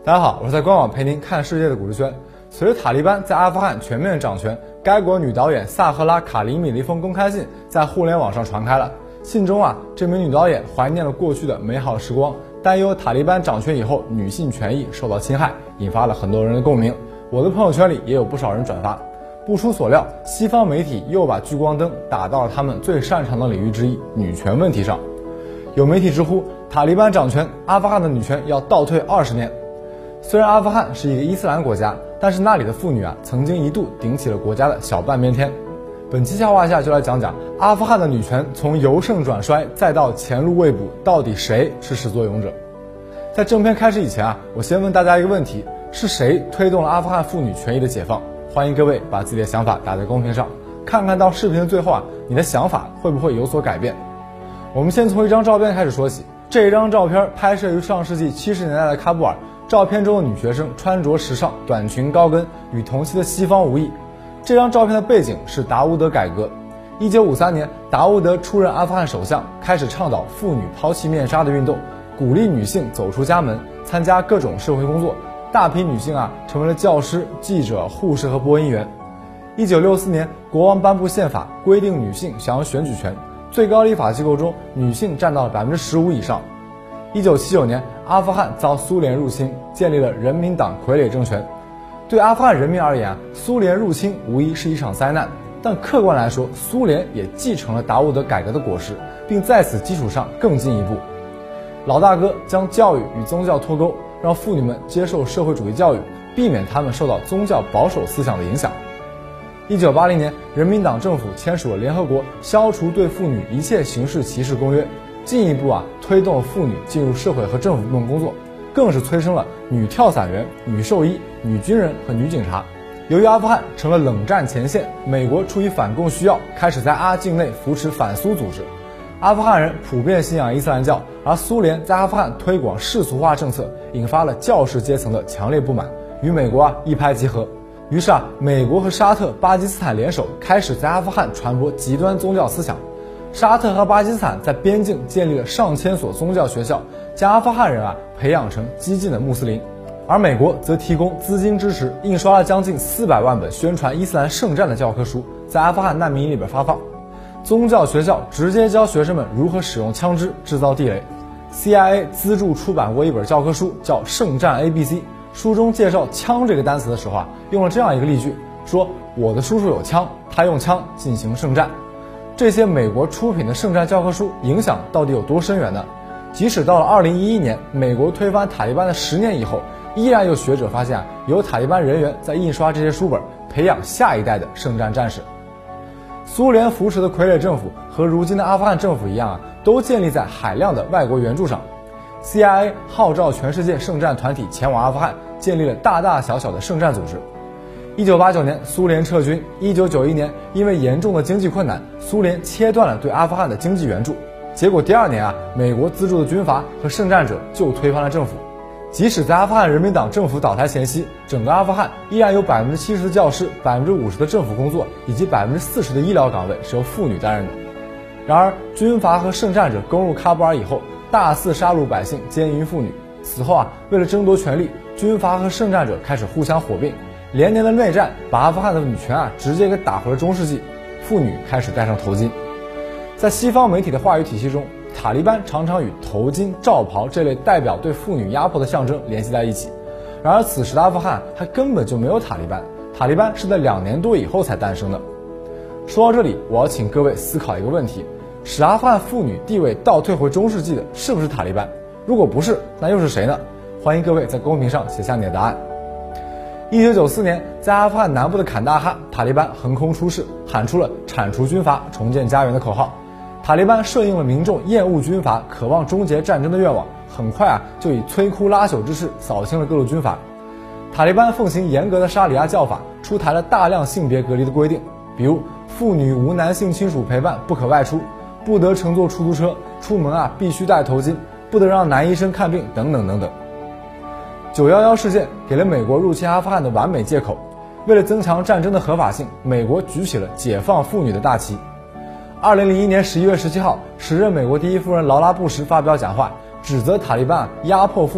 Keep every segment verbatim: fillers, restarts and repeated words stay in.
大家好，我是在官网陪您看世界的古志轩。随着塔利班在阿富汗全面掌权，该国女导演萨赫拉·卡里米的一封公开信在互联网上传开了。信中啊，这名女导演怀念了过去的美好时光，担忧塔利班掌权以后女性权益受到侵害，引发了很多人的共鸣。我的朋友圈里也有不少人转发。不出所料，西方媒体又把聚光灯打到了他们最擅长的领域之一——女权问题上。有媒体直呼，塔利班掌权，阿富汗的女权要倒退二十年。虽然阿富汗是一个伊斯兰国家，但是那里的妇女啊，曾经一度顶起了国家的小半边天。本期笑话下就来讲讲阿富汗的女权从由盛转衰，再到前路未卜，到底谁是始作俑者？在正片开始以前啊，我先问大家一个问题：是谁推动了阿富汗妇女权益的解放？欢迎各位把自己的想法打在公屏上，看看到视频的最后啊，你的想法会不会有所改变？我们先从一张照片开始说起。这张照片拍摄于上世纪七十年代的喀布尔。照片中的女学生穿着时尚，短裙高跟，与同期的西方无异。这张照片的背景是达乌德改革。一九五三年，达乌德出任阿富汗首相，开始倡导妇女抛弃面纱的运动，鼓励女性走出家门，参加各种社会工作。大批女性啊，成为了教师、记者、护士和播音员。一九六四年，国王颁布宪法，规定女性享有选举权，最高立法机构中，女性占到了百分之十五以上。一九七九年，阿富汗遭苏联入侵，建立了人民党傀儡政权。对阿富汗人民而言啊，苏联入侵无疑是一场灾难，但客观来说，苏联也继承了达乌德改革的果实，并在此基础上更进一步。老大哥将教育与宗教脱钩，让妇女们接受社会主义教育，避免她们受到宗教保守思想的影响。一九八零年，人民党政府签署了联合国消除对妇女一切形式歧视公约。进一步啊，推动妇女进入社会和政府部门工作，更是催生了女跳伞员、女兽医、女军人和女警察。由于阿富汗成了冷战前线，美国出于反共需要，开始在阿境内扶持反苏组织。阿富汗人普遍信仰伊斯兰教，而苏联在阿富汗推广世俗化政策，引发了教士阶层的强烈不满，与美国啊一拍即合。于是啊，美国和沙特、巴基斯坦联手，开始在阿富汗传播极端宗教思想。沙特和巴基斯坦在边境建立了上千所宗教学校，将阿富汗人啊培养成激进的穆斯林，而美国则提供资金支持，印刷了将近四百万本宣传伊斯兰圣战的教科书，在阿富汗难民营里边发放。宗教学校直接教学生们如何使用枪支制造地雷。C I A 资助出版过一本教科书，叫《圣战 A B C》，书中介绍枪这个单词的时候啊，用了这样一个例句，说我的叔叔有枪，他用枪进行圣战。这些美国出品的圣战教科书影响到底有多深远呢？即使到了二零一一年，美国推翻塔利班的十年以后，依然有学者发现啊，有塔利班人员在印刷这些书本，培养下一代的圣战战士。苏联扶持的傀儡政府和如今的阿富汗政府一样啊，都建立在海量的外国援助上。C I A 号召全世界圣战团体前往阿富汗，建立了大大小小的圣战组织。一九八九年，苏联撤军。一九九一年，因为严重的经济困难，苏联切断了对阿富汗的经济援助。结果第二年啊，美国资助的军阀和圣战者就推翻了政府。即使在阿富汗人民党政府倒台前夕，整个阿富汗依然有百分之七十的教师、百分之五十的政府工作以及百分之四十的医疗岗位是由妇女担任的。然而，军阀和圣战者攻入喀布尔以后，大肆杀戮百姓，奸淫妇女。此后啊，为了争夺权力，军阀和圣战者开始互相火并。连年的内战把阿富汗的女权啊直接给打回了中世纪，妇女开始戴上头巾。在西方媒体的话语体系中，塔利班常常与头巾、罩袍这类代表对妇女压迫的象征联系在一起。然而此时的阿富汗还根本就没有塔利班，塔利班是在两年多以后才诞生的。说到这里，我要请各位思考一个问题：使阿富汗妇女地位倒退回中世纪的是不是塔利班？如果不是，那又是谁呢？欢迎各位在公屏上写下你的答案。一九九四年，在阿富汗南部的坎大哈，塔利班横空出世，喊出了铲除军阀、重建家园的口号。塔利班顺应了民众厌恶军阀、渴望终结战争的愿望，很快啊就以摧枯拉朽之势扫清了各路军阀。塔利班奉行严格的沙里亚教法，出台了大量性别隔离的规定，比如妇女无男性亲属陪伴不可外出，不得乘坐出租车，出门啊必须戴头巾，不得让男医生看病，等等等等。九一一事件给了美国入侵阿富汗的完美借口。为了增强战争的合法性，美国举起了解放妇女的大旗。二零零一年十一月十七号，时任美国第一夫人劳拉·布什发表讲话，指责塔利班压迫妇女，将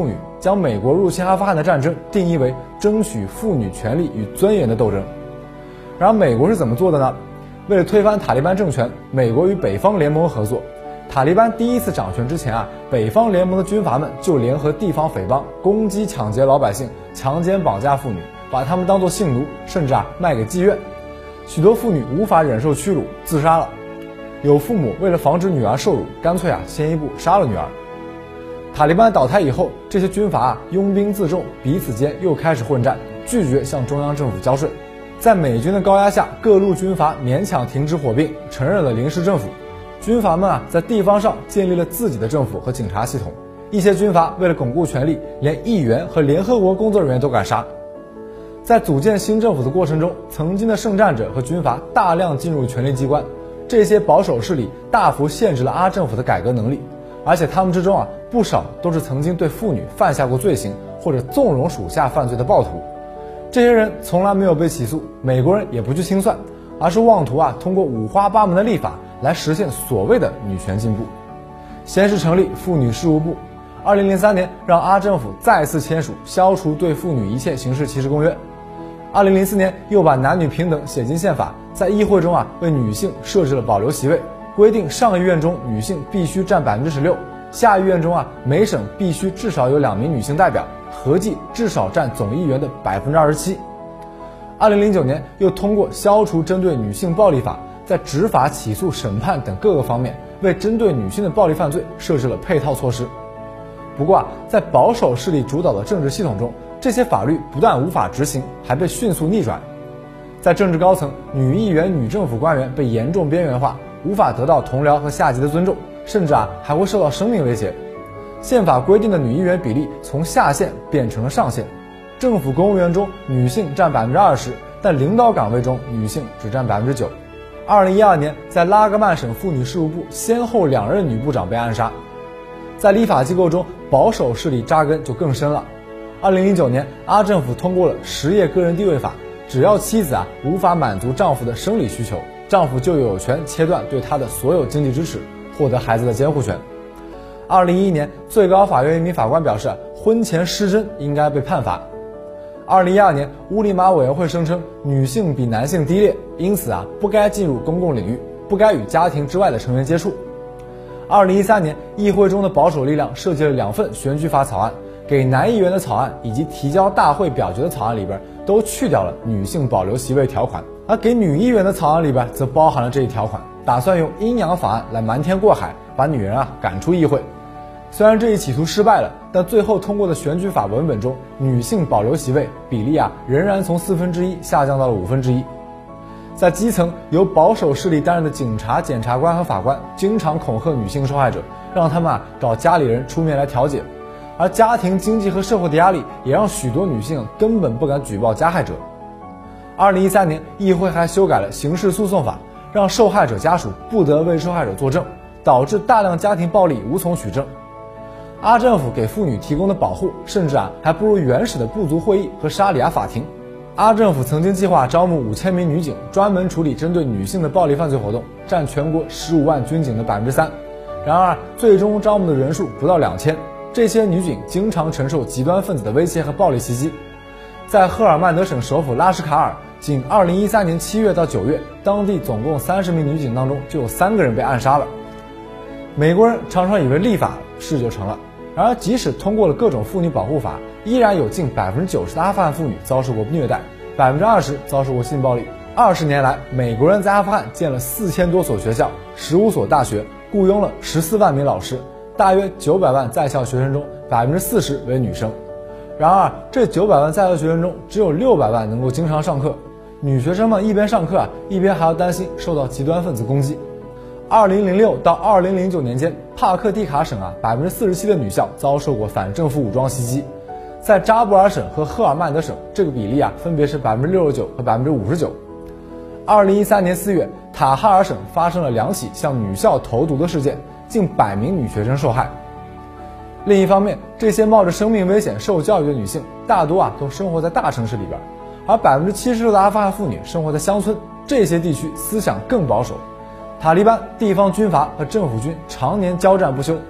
将美国入侵阿富汗的战争定义为争取妇女权利与尊严的斗争。然而美国是怎么做的呢？为了推翻塔利班政权，美国与北方联盟合作。塔利班第一次掌权之前啊，北方联盟的军阀们就联合地方匪帮攻击抢劫老百姓，强奸绑架妇女，把他们当作性奴，甚至啊卖给妓院。许多妇女无法忍受屈辱，自杀了。有父母为了防止女儿受辱，干脆啊先一步杀了女儿。塔利班倒台以后，这些军阀啊拥兵自重，彼此间又开始混战，拒绝向中央政府交税。在美军的高压下，各路军阀勉强停止火并，承认了临时政府。军阀们啊在地方上建立了自己的政府和警察系统。一些军阀为了巩固权力，连议员和联合国工作人员都敢杀。在组建新政府的过程中，曾经的圣战者和军阀大量进入权力机关，这些保守势力大幅限制了阿政府的改革能力，而且他们之中啊不少都是曾经对妇女犯下过罪行或者纵容属下犯罪的暴徒。这些人从来没有被起诉，美国人也不去清算，而是妄图啊通过五花八门的立法来实现所谓的女权进步。先是成立妇女事务部，二零零三年让阿政府再次签署消除对妇女一切刑事歧视公约。二零零四年又把男女平等写进宪法，在议会中啊为女性设置了保留席位，规定上议院中女性必须占百分之十六，下议院中啊每省必须至少有两名女性代表，合计至少占总议员的百分之二十七。二零零九年又通过消除针对女性暴力法，在执法、起诉、审判等各个方面为针对女性的暴力犯罪设置了配套措施。不过啊，在保守势力主导的政治系统中，这些法律不但无法执行，还被迅速逆转。在政治高层，女议员、女政府官员被严重边缘化，无法得到同僚和下级的尊重，甚至啊还会受到生命威胁。宪法规定的女议员比例从下限变成了上限，政府公务员中女性占百分之二十，但领导岗位中女性只占百分之九。二零一二年，在拉格曼省妇女事务部，先后两任女部长被暗杀。在立法机构中，保守势力扎根就更深了。二零零九年，阿政府通过了实业个人地位法，只要妻子啊无法满足丈夫的生理需求，丈夫就有权切断对她的所有经济支持，获得孩子的监护权。二零一一年，最高法院一名法官表示，婚前失贞应该被判罚。二零一二年，乌里马委员会声称女性比男性低劣，因此啊不该进入公共领域，不该与家庭之外的成员接触。二零一三年，议会中的保守力量设计了两份选举法草案，给男议员的草案以及提交大会表决的草案里边都去掉了女性保留席位条款，而给女议员的草案里边则包含了这一条款，打算用阴阳法案来瞒天过海，把女人啊赶出议会。虽然这一企图失败了，但最后通过的选举法文本中，女性保留席位比例啊仍然从四分之一下降到了五分之一。在基层，由保守势力担任的警察、检察官和法官经常恐吓女性受害者，让他们啊找家里人出面来调解，而家庭经济和社会的压力也让许多女性根本不敢举报加害者。二零一三年，议会还修改了刑事诉讼法，让受害者家属不得为受害者作证，导致大量家庭暴力无从取证。阿政府给妇女提供的保护，甚至啊还不如原始的部族会议和沙里亚法庭。阿政府曾经计划招募五千名女警，专门处理针对女性的暴力犯罪活动，占全国十五万军警的百分之三。然而，最终招募的人数不到两千。这些女警经常承受极端分子的威胁和暴力袭击。在赫尔曼德省首府拉什卡尔，仅二零一三年七月到九月，当地总共三十名女警当中就有三个人被暗杀了。美国人常常以为立法事就成了，然而即使通过了各种妇女保护法，依然有近百分之九十的阿富汗妇女遭受过虐待，百分之二十遭受过性暴力。二十年来，美国人在阿富汗建了四千多所学校，十五所大学，雇佣了十四万名老师，大约九百万在校学生中，百分之四十为女生。然而，这九百万在校学生中，只有六百万能够经常上课。女学生们一边上课啊，一边还要担心受到极端分子攻击。二零零六到二零零九年间，帕克蒂卡省啊，百分之四十七的女校遭受过反政府武装袭击。在扎布尔省和赫尔曼德省，这个比例啊，分别是百分之六十九和百分之五十九。二零一三年四月，塔哈尔省发生了两起向女校投毒的事件，近百名女学生受害。另一方面，这些冒着生命危险受教育的女性，大多啊都生活在大城市里边，而百分之七十六的阿富汗妇女生活在乡村，这些地区思想更保守。塔利班、地方军阀和政府军常年交战不休，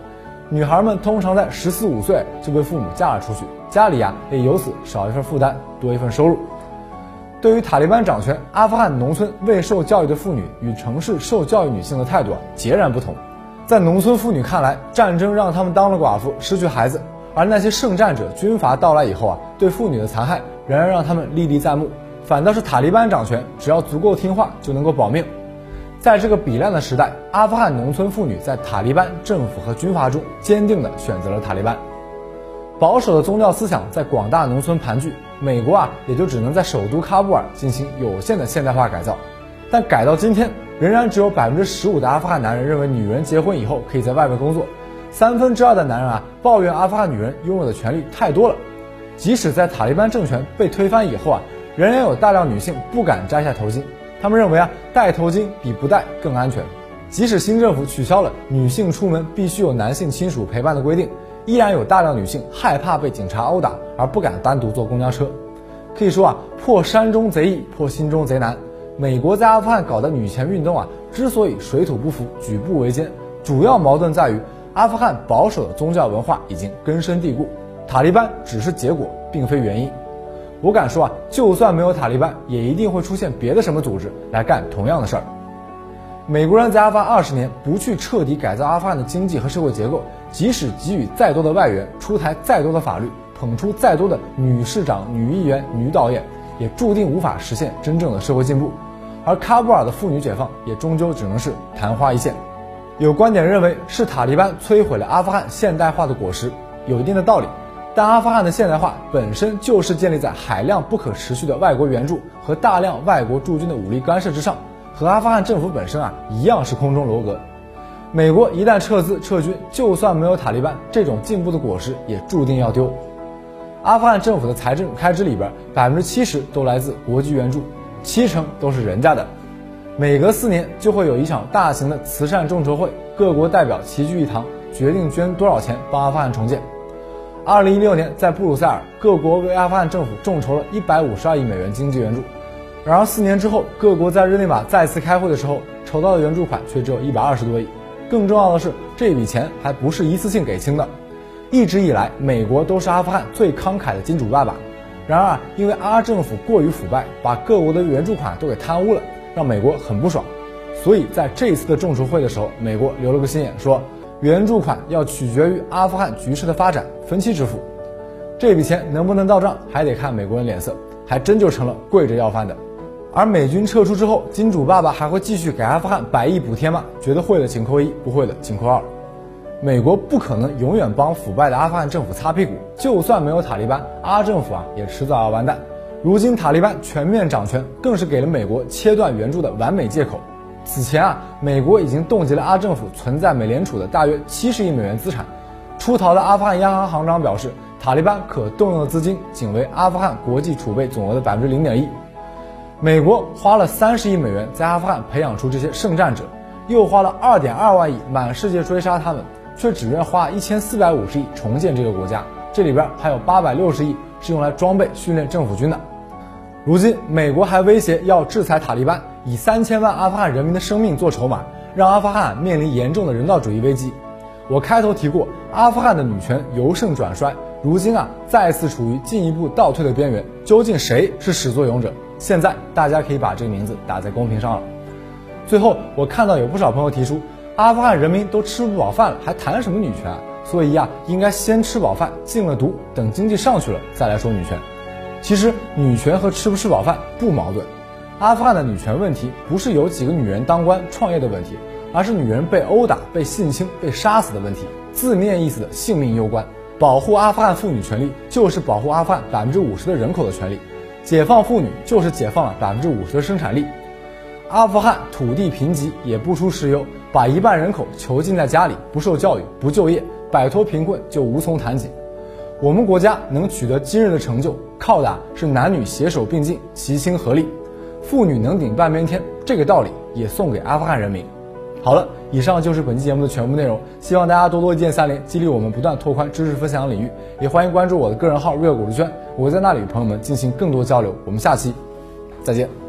女孩们通常在十四五岁就被父母嫁了出去，家里啊也由此少一份负担，多一份收入。对于塔利班掌权，阿富汗农村未受教育的妇女与城市受教育女性的态度啊截然不同。在农村妇女看来，战争让她们当了寡妇，失去孩子，而那些圣战者军阀到来以后啊，对妇女的残害仍然让她们历历在目。反倒是塔利班掌权，只要足够听话就能够保命。在这个比烂的时代，阿富汗农村妇女在塔利班政府和军阀中坚定地选择了塔利班。保守的宗教思想在广大农村盘踞，美国啊也就只能在首都喀布尔进行有限的现代化改造。但改到今天，仍然只有百分之十五的阿富汗男人认为女人结婚以后可以在外面工作，三分之二的男人啊抱怨阿富汗女人拥有的权利太多了。即使在塔利班政权被推翻以后啊，仍然有大量女性不敢摘下头巾，他们认为啊戴头巾比不戴更安全。即使新政府取消了女性出门必须有男性亲属陪伴的规定，依然有大量女性害怕被警察殴打而不敢单独坐公交车。可以说啊，破山中贼易，破心中贼难。美国在阿富汗搞的女权运动啊，之所以水土不服、举步维艰，主要矛盾在于阿富汗保守的宗教文化已经根深蒂固，塔利班只是结果，并非原因。我敢说啊，就算没有塔利班，也一定会出现别的什么组织来干同样的事儿。美国人在阿富汗二十年不去彻底改造阿富汗的经济和社会结构，即使给予再多的外援，出台再多的法律，捧出再多的女市长、女议员、女导演，也注定无法实现真正的社会进步。而喀布尔的妇女解放也终究只能是昙花一现。有观点认为是塔利班摧毁了阿富汗现代化的果实，有一定的道理。但阿富汗的现代化本身就是建立在海量不可持续的外国援助和大量外国驻军的武力干涉之上，和阿富汗政府本身啊一样是空中楼阁。美国一旦撤资撤军，就算没有塔利班，这种进步的果实也注定要丢。阿富汗政府的财政开支里边百分之七十都来自国际援助，七成都是人家的。每隔四年就会有一场大型的慈善众筹会，各国代表齐聚一堂，决定捐多少钱帮阿富汗重建。二零一六年在布鲁塞尔，各国为阿富汗政府众筹了一百五十二亿美元经济援助。然而四年之后，各国在日内瓦再次开会的时候，筹到的援助款却只有一百二十多亿。更重要的是，这笔钱还不是一次性给清的。一直以来，美国都是阿富汗最慷慨的金主爸爸。然而啊，因为阿政府过于腐败，把各国的援助款都给贪污了，让美国很不爽。所以在这一次的众筹会的时候，美国留了个心眼，说援助款要取决于阿富汗局势的发展，分期支付。这笔钱能不能到账，还得看美国人脸色，还真就成了跪着要饭的。而美军撤出之后，金主爸爸还会继续给阿富汗百亿补贴吗？觉得会的请扣一，不会的请扣二。美国不可能永远帮腐败的阿富汗政府擦屁股，就算没有塔利班，阿政府啊也迟早要完蛋。如今塔利班全面掌权，更是给了美国切断援助的完美借口。此前啊，美国已经冻结了阿政府存在美联储的大约七十亿美元资产。出逃的阿富汗央行行长表示，塔利班可动用的资金仅为阿富汗国际储备总额的百分之零点一。美国花了三十亿美元在阿富汗培养出这些圣战者，又花了二点二万亿满世界追杀他们，却只愿花一千四百五十亿重建这个国家，这里边还有八百六十亿是用来装备训练政府军的。如今美国还威胁要制裁塔利班，以三千万阿富汗人民的生命做筹码，让阿富汗面临严重的人道主义危机。我开头提过，阿富汗的女权由盛转衰，如今啊再次处于进一步倒退的边缘，究竟谁是始作俑者？现在大家可以把这个名字打在公屏上了。最后我看到有不少朋友提出，阿富汗人民都吃不饱饭了，还谈什么女权啊？所以呀，应该先吃饱饭，禁了毒，等经济上去了再来说女权。其实女权和吃不吃饱饭不矛盾。阿富汗的女权问题不是有几个女人当官创业的问题，而是女人被殴打、被性侵、被杀死的问题，字面意思的性命攸关。保护阿富汗妇女权利，就是保护阿富汗百分之五十的人口的权利。解放妇女就是解放了百分之五十的生产力。阿富汗土地贫瘠，也不出石油，把一半人口囚禁在家里，不受教育，不就业，摆脱贫困就无从谈起。我们国家能取得今日的成就，靠的是男女携手并进，齐心合力。妇女能顶半边天，这个道理也送给阿富汗人民。好了，以上就是本期节目的全部内容，希望大家多多一键三连，激励我们不断拓宽知识分享领域。也欢迎关注我的个人号 Real 股市圈，我会在那里与朋友们进行更多交流。我们下期再见。